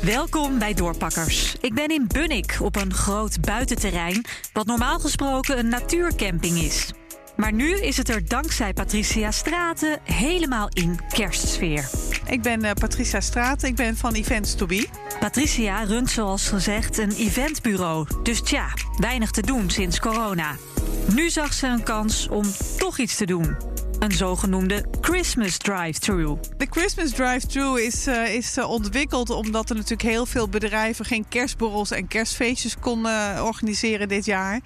Welkom bij Doorpakkers. Ik ben in Bunnik op een groot buitenterrein, wat normaal gesproken een natuurcamping is. Maar nu is het er dankzij Patricia Straten helemaal in kerstsfeer. Ik ben Patricia Straten, ik ben van Events to Be. Patricia runt zoals gezegd een eventbureau. Dus tja, weinig te doen sinds corona. Nu zag ze een kans om toch iets te doen. Een zogenoemde Christmas drive-thru. De Christmas drive-thru is ontwikkeld omdat er natuurlijk heel veel bedrijven geen kerstborrels en kerstfeestjes konden organiseren dit jaar.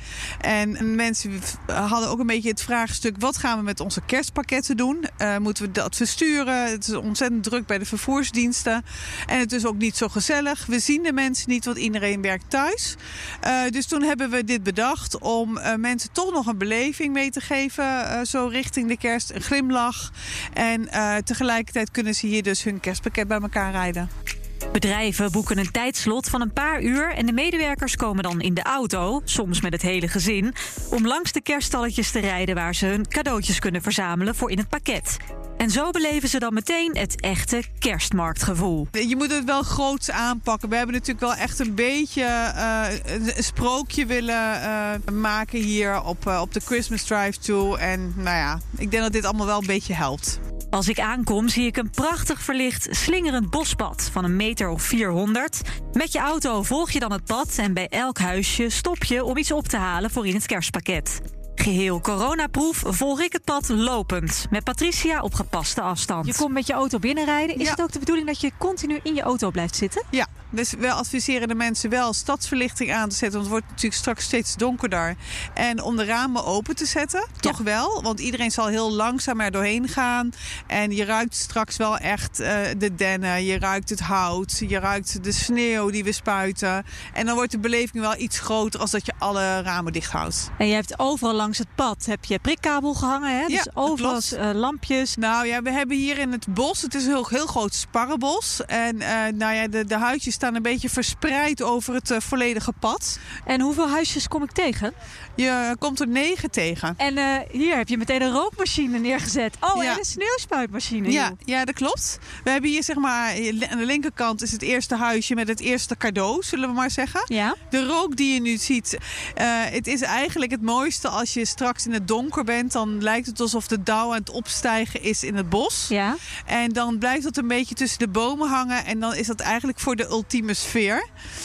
En mensen hadden ook een beetje het vraagstuk: wat gaan we met onze kerstpakketten doen? Moeten we dat versturen? Het is ontzettend druk bij de vervoersdiensten. En het is ook niet zo gezellig. We zien de mensen niet, want iedereen werkt thuis. Dus toen hebben we dit bedacht om mensen toch nog een beleving mee te geven, zo richting de kerst. Een glimlach. En tegelijkertijd kunnen ze hier dus hun kerstpakket bij elkaar rijden. Bedrijven boeken een tijdslot van een paar uur en de medewerkers komen dan in de auto, soms met het hele gezin, om langs de kerststalletjes te rijden waar ze hun cadeautjes kunnen verzamelen voor in het pakket. En zo beleven ze dan meteen het echte kerstmarktgevoel. Je moet het wel groots aanpakken. We hebben natuurlijk wel echt een beetje een sprookje willen maken hier op de Christmas Drive-thru. En nou ja, ik denk dat dit allemaal wel een beetje helpt. Als ik aankom zie ik een prachtig verlicht slingerend bospad van 1,4 meter. Met je auto volg je dan het pad en bij elk huisje stop je om iets op te halen voor in het kerstpakket. Geheel coronaproof volg ik het pad lopend, met Patricia op gepaste afstand. Je komt met je auto binnenrijden. Is het ook de bedoeling dat je continu in je auto blijft zitten? Ja, dus we adviseren de mensen wel stadsverlichting aan te zetten. Want het wordt natuurlijk straks steeds donkerder. En om de ramen open te zetten, toch wel. Want iedereen zal heel langzaam er doorheen gaan. En je ruikt straks wel echt de dennen. Je ruikt het hout. Je ruikt de sneeuw die we spuiten. En dan wordt de beleving wel iets groter als dat je alle ramen dicht houdt. En je hebt overal langs het pad heb je prikkabel gehangen, hè? Dus overal lampjes. Nou ja, we hebben hier in het bos, het is een heel groot sparrenbos. En nou ja, de huisjes staan een beetje verspreid over het volledige pad. En hoeveel huisjes kom ik tegen? Je komt er 9 tegen. En hier heb je meteen een rookmachine neergezet. Oh, en een sneeuwspuitmachine. Ja, dat klopt. We hebben hier zeg maar, aan de linkerkant is het eerste huisje met het eerste cadeau, zullen we maar zeggen. Ja. De rook die je nu ziet, het is eigenlijk het mooiste als je straks in het donker bent. Dan lijkt het alsof de dauw aan het opstijgen is in het bos. Ja. En dan blijft dat een beetje tussen de bomen hangen. En dan is dat eigenlijk voor de ultieme sfeer.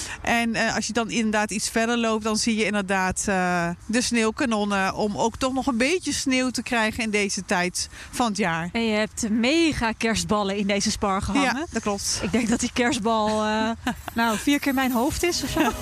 En als je dan inderdaad iets verder loopt, dan zie je inderdaad de sneeuwkanonnen. Om ook toch nog een beetje sneeuw te krijgen in deze tijd van het jaar. En je hebt mega kerstballen in deze spar gehangen. Ja, dat klopt. Ik denk dat die kerstbal 4 keer mijn hoofd is of zo.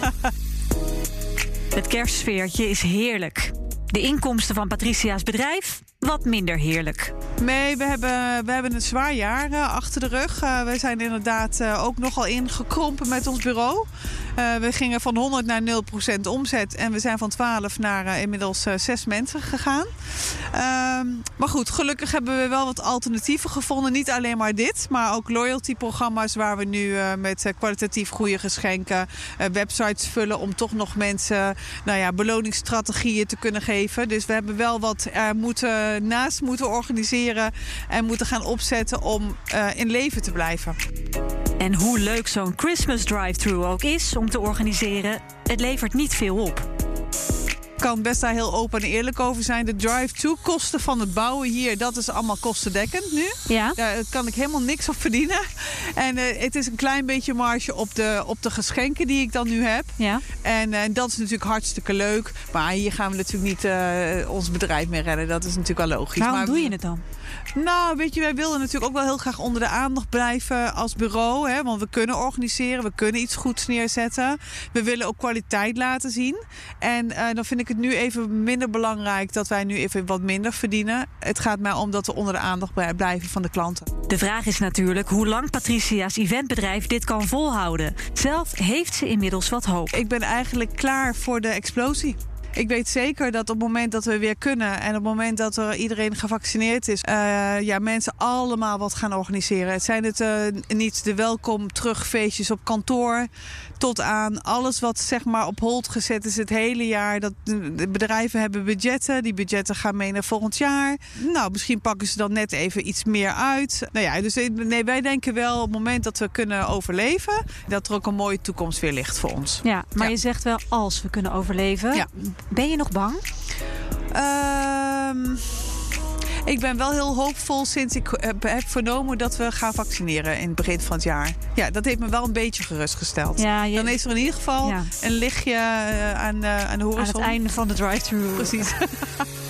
Het kerstsfeertje is heerlijk. De inkomsten van Patricia's bedrijf wat minder heerlijk. Nee, we hebben een zwaar jaar achter de rug. We zijn inderdaad ook nogal ingekrompen met ons bureau. We gingen van 100 naar 0% omzet. En we zijn van 12 naar inmiddels 6 mensen gegaan. Maar goed, gelukkig hebben we wel wat alternatieven gevonden. Niet alleen maar dit, maar ook loyalty-programma's waar we nu met kwalitatief goede geschenken websites vullen om toch nog mensen beloningsstrategieën te kunnen geven. Dus we hebben wel wat naast moeten organiseren en moeten gaan opzetten om in leven te blijven. En hoe leuk zo'n Christmas drive-thru ook is om te organiseren, het levert niet veel op. Ik kan best daar heel open en eerlijk over zijn. De drive-thru kosten van het bouwen hier, dat is allemaal kostendekkend nu. Ja. Daar kan ik helemaal niks op verdienen. En het is een klein beetje marge op de geschenken die ik dan nu heb. Ja. En dat is natuurlijk hartstikke leuk. Maar hier gaan we natuurlijk niet ons bedrijf mee redden. Dat is natuurlijk wel logisch. Waarom doe je het dan? Nou, weet je, wij wilden natuurlijk ook wel heel graag onder de aandacht blijven als bureau. Hè, want we kunnen organiseren, we kunnen iets goeds neerzetten. We willen ook kwaliteit laten zien. En dan vind ik het nu even minder belangrijk dat wij nu even wat minder verdienen. Het gaat mij om dat we onder de aandacht blijven van de klanten. De vraag is natuurlijk hoe lang Patricia's eventbedrijf dit kan volhouden. Zelf heeft ze inmiddels wat hoop. Ik ben eigenlijk klaar voor de explosie. Ik weet zeker dat op het moment dat we weer kunnen en op het moment dat er iedereen gevaccineerd is, mensen allemaal wat gaan organiseren. Het zijn niet de welkom terugfeestjes op kantoor, tot aan alles wat zeg maar op hold gezet is het hele jaar. Dat de bedrijven hebben budgetten, die budgetten gaan mee naar volgend jaar. Nou, misschien pakken ze dan net even iets meer uit. Nou ja, dus wij denken wel op het moment dat we kunnen overleven, dat er ook een mooie toekomst weer ligt voor ons. Ja, maar je zegt wel als we kunnen overleven. Ja. Ben je nog bang? Ik ben wel heel hoopvol sinds ik heb vernomen dat we gaan vaccineren in het begin van het jaar. Ja, dat heeft me wel een beetje gerustgesteld. Ja, Dan is er in ieder geval een lichtje aan de horizon. Aan het einde van de drive-thru. Precies.